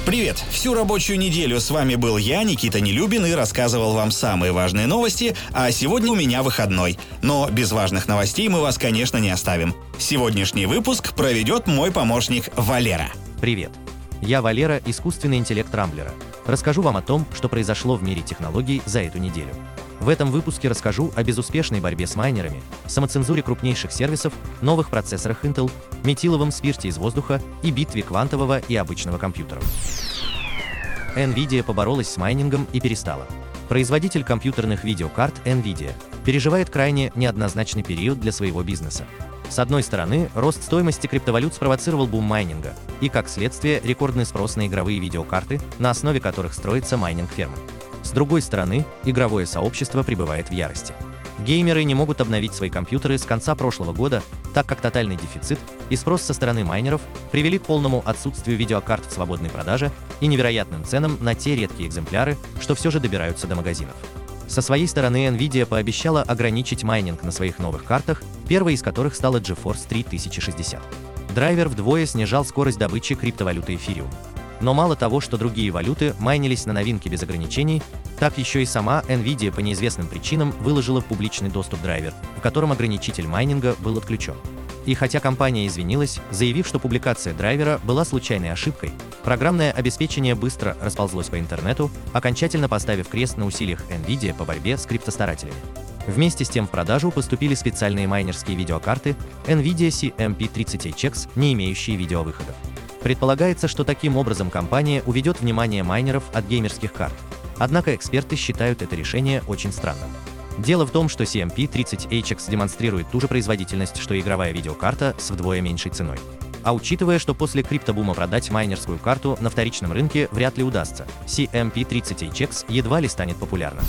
Привет! Всю рабочую неделю с вами был я, Никита Нелюбин, и рассказывал вам самые важные новости, а сегодня у меня выходной. Но без важных новостей мы вас, конечно, не оставим. Сегодняшний выпуск проведет мой помощник Валера. Привет! Я Валера, искусственный интеллект Рамблера. Расскажу вам о том, что произошло в мире технологий за эту неделю. В этом выпуске расскажу о безуспешной борьбе с майнерами, самоцензуре крупнейших сервисов, новых процессорах Intel, метиловом спирте из воздуха и битве квантового и обычного компьютеров. NVIDIA поборолась с майнингом и перестала. Производитель компьютерных видеокарт NVIDIA переживает крайне неоднозначный период для своего бизнеса. С одной стороны, рост стоимости криптовалют спровоцировал бум майнинга и, как следствие, рекордный спрос на игровые видеокарты, на основе которых строится майнинг-фермы. С другой стороны, игровое сообщество пребывает в ярости. Геймеры не могут обновить свои компьютеры с конца прошлого года, так как тотальный дефицит и спрос со стороны майнеров привели к полному отсутствию видеокарт в свободной продаже и невероятным ценам на те редкие экземпляры, что все же добираются до магазинов. Со своей стороны NVIDIA пообещала ограничить майнинг на своих новых картах, первой из которых стала GeForce 3060. Драйвер вдвое снижал скорость добычи криптовалюты эфириум. Но мало того, что другие валюты майнились на новинки без ограничений, так еще и сама NVIDIA по неизвестным причинам выложила в публичный доступ драйвер, в котором ограничитель майнинга был отключен. И хотя компания извинилась, заявив, что публикация драйвера была случайной ошибкой, программное обеспечение быстро расползлось по интернету, окончательно поставив крест на усилиях NVIDIA по борьбе с криптостарателями. Вместе с тем в продажу поступили специальные майнерские видеокарты NVIDIA CMP30HX, не имеющие видеовыходов. Предполагается, что таким образом компания уведет внимание майнеров от геймерских карт. Однако эксперты считают это решение очень странным. Дело в том, что CMP30HX демонстрирует ту же производительность, что и игровая видеокарта с вдвое меньшей ценой. А учитывая, что после криптобума продать майнерскую карту на вторичном рынке вряд ли удастся, CMP30HX едва ли станет популярным.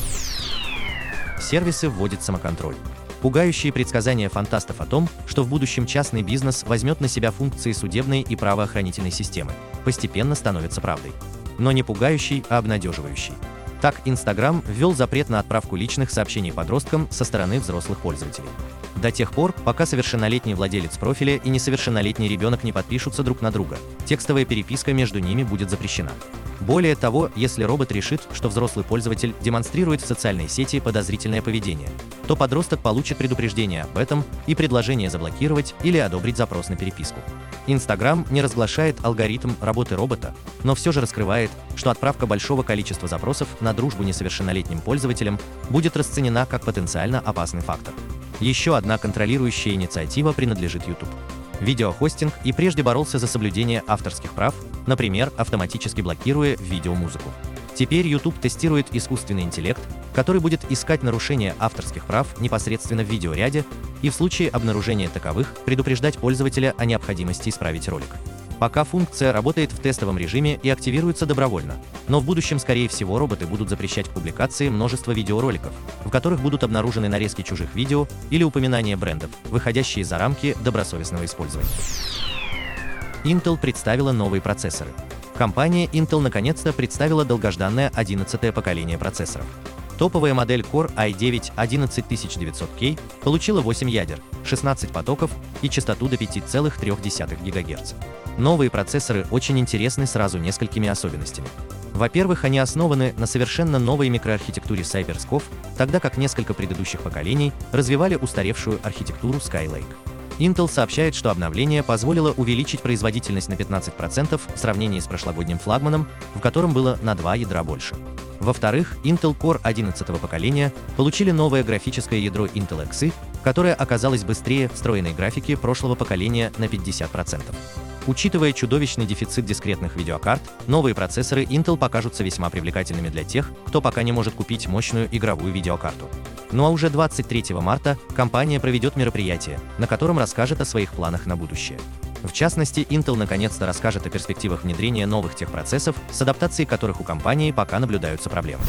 Сервисы вводят самоконтроль. Пугающие предсказания фантастов о том, что в будущем частный бизнес возьмет на себя функции судебной и правоохранительной системы, постепенно становятся правдой. Но не пугающий, а обнадеживающий. Так, Instagram ввел запрет на отправку личных сообщений подросткам со стороны взрослых пользователей. До тех пор, пока совершеннолетний владелец профиля и несовершеннолетний ребенок не подпишутся друг на друга, текстовая переписка между ними будет запрещена. Более того, если робот решит, что взрослый пользователь демонстрирует в социальной сети подозрительное поведение, то подросток получит предупреждение об этом и предложение заблокировать или одобрить запрос на переписку. Instagram не разглашает алгоритм работы робота, но все же раскрывает, что отправка большого количества запросов на дружбу несовершеннолетним пользователям будет расценена как потенциально опасный фактор. Еще одна контролирующая инициатива принадлежит YouTube. Видеохостинг и прежде боролся за соблюдение авторских прав, например, автоматически блокируя видеомузыку. Теперь YouTube тестирует искусственный интеллект, который будет искать нарушения авторских прав непосредственно в видеоряде и в случае обнаружения таковых предупреждать пользователя о необходимости исправить ролик. Пока функция работает в тестовом режиме и активируется добровольно, но в будущем, скорее всего, роботы будут запрещать в публикации множество видеороликов, в которых будут обнаружены нарезки чужих видео или упоминания брендов, выходящие за рамки добросовестного использования. Intel представила новые процессоры. Компания Intel наконец-то представила долгожданное 11-е поколение процессоров. Топовая модель Core i9 11900K получила 8 ядер, 16 потоков и частоту до 5,3 ГГц. Новые процессоры очень интересны сразу несколькими особенностями. Во-первых, они основаны на совершенно новой микроархитектуре Cyberscove, тогда как несколько предыдущих поколений развивали устаревшую архитектуру Skylake. Intel сообщает, что обновление позволило увеличить производительность на 15% в сравнении с прошлогодним флагманом, в котором было на 2 ядра больше. Во-вторых, Intel Core 11-го поколения получили новое графическое ядро Intel Xe, которое оказалось быстрее встроенной графики прошлого поколения на 50%. Учитывая чудовищный дефицит дискретных видеокарт, новые процессоры Intel покажутся весьма привлекательными для тех, кто пока не может купить мощную игровую видеокарту. Ну а уже 23 марта компания проведет мероприятие, на котором расскажет о своих планах на будущее. В частности, Intel наконец-то расскажет о перспективах внедрения новых техпроцессов, с адаптацией которых у компании пока наблюдаются проблемы.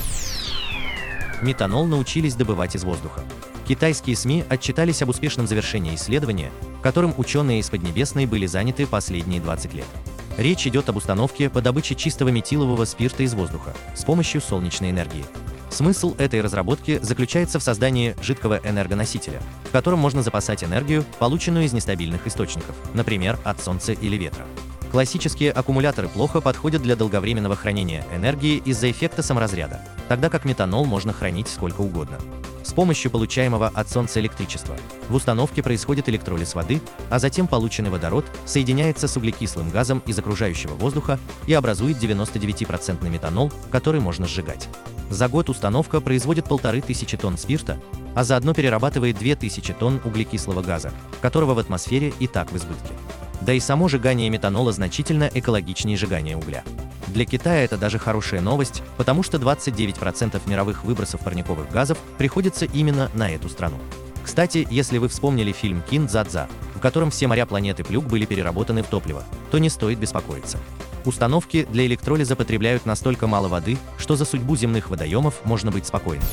Метанол научились добывать из воздуха. Китайские СМИ отчитались об успешном завершении исследования, которым ученые из Поднебесной были заняты последние 20 лет. Речь идет об установке по добыче чистого метилового спирта из воздуха с помощью солнечной энергии. Смысл этой разработки заключается в создании жидкого энергоносителя, в котором можно запасать энергию, полученную из нестабильных источников, например, от солнца или ветра. Классические аккумуляторы плохо подходят для долговременного хранения энергии из-за эффекта саморазряда, тогда как метанол можно хранить сколько угодно. С помощью получаемого от солнца электричества в установке происходит электролиз воды, а затем полученный водород соединяется с углекислым газом из окружающего воздуха и образует 99% метанол, который можно сжигать. За год установка производит 1500 тонн спирта, а заодно перерабатывает 2000 тонн углекислого газа, которого в атмосфере и так в избытке. Да и само сжигание метанола значительно экологичнее сжигания угля. Для Китая это даже хорошая новость, потому что 29% мировых выбросов парниковых газов приходится именно на эту страну. Кстати, если вы вспомнили фильм «Кин Дза Дза», в котором все моря планеты Плюк были переработаны в топливо, то не стоит беспокоиться. Установки для электролиза потребляют настолько мало воды, что за судьбу земных водоемов можно быть спокойным.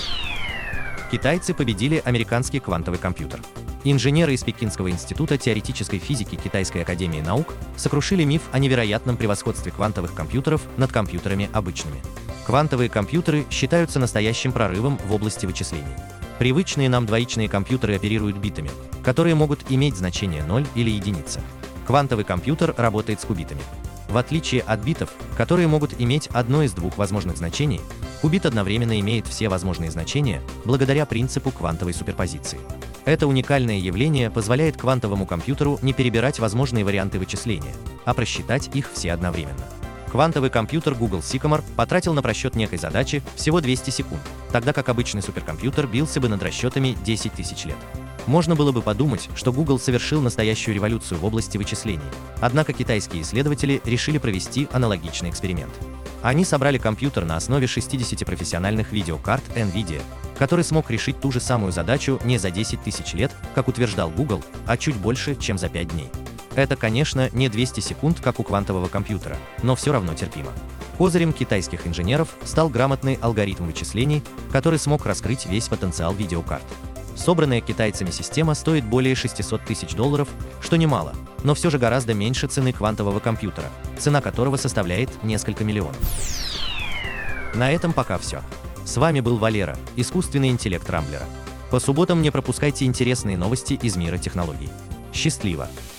Китайцы победили американский квантовый компьютер. Инженеры из Пекинского института теоретической физики Китайской академии наук сокрушили миф о невероятном превосходстве квантовых компьютеров над компьютерами обычными. Квантовые компьютеры считаются настоящим прорывом в области вычислений. Привычные нам двоичные компьютеры оперируют битами, которые могут иметь значение 0 или единица. Квантовый компьютер работает с кубитами. В отличие от битов, которые могут иметь одно из двух возможных значений, кубит одновременно имеет все возможные значения благодаря принципу квантовой суперпозиции. Это уникальное явление позволяет квантовому компьютеру не перебирать возможные варианты вычисления, а просчитать их все одновременно. Квантовый компьютер Google Sycamore потратил на просчет некой задачи всего 200 секунд, тогда как обычный суперкомпьютер бился бы над расчетами 10 тысяч лет. Можно было бы подумать, что Google совершил настоящую революцию в области вычислений, однако китайские исследователи решили провести аналогичный эксперимент. Они собрали компьютер на основе 60 профессиональных видеокарт NVIDIA, который смог решить ту же самую задачу не за 10 тысяч лет, как утверждал Google, а чуть больше, чем за 5 дней. Это, конечно, не 200 секунд, как у квантового компьютера, но все равно терпимо. Козырем китайских инженеров стал грамотный алгоритм вычислений, который смог раскрыть весь потенциал видеокарт. Собранная китайцами система стоит более $600 тысяч, что немало, но все же гораздо меньше цены квантового компьютера, цена которого составляет несколько миллионов. На этом пока все. С вами был Валера, искусственный интеллект Рамблера. По субботам не пропускайте интересные новости из мира технологий. Счастливо!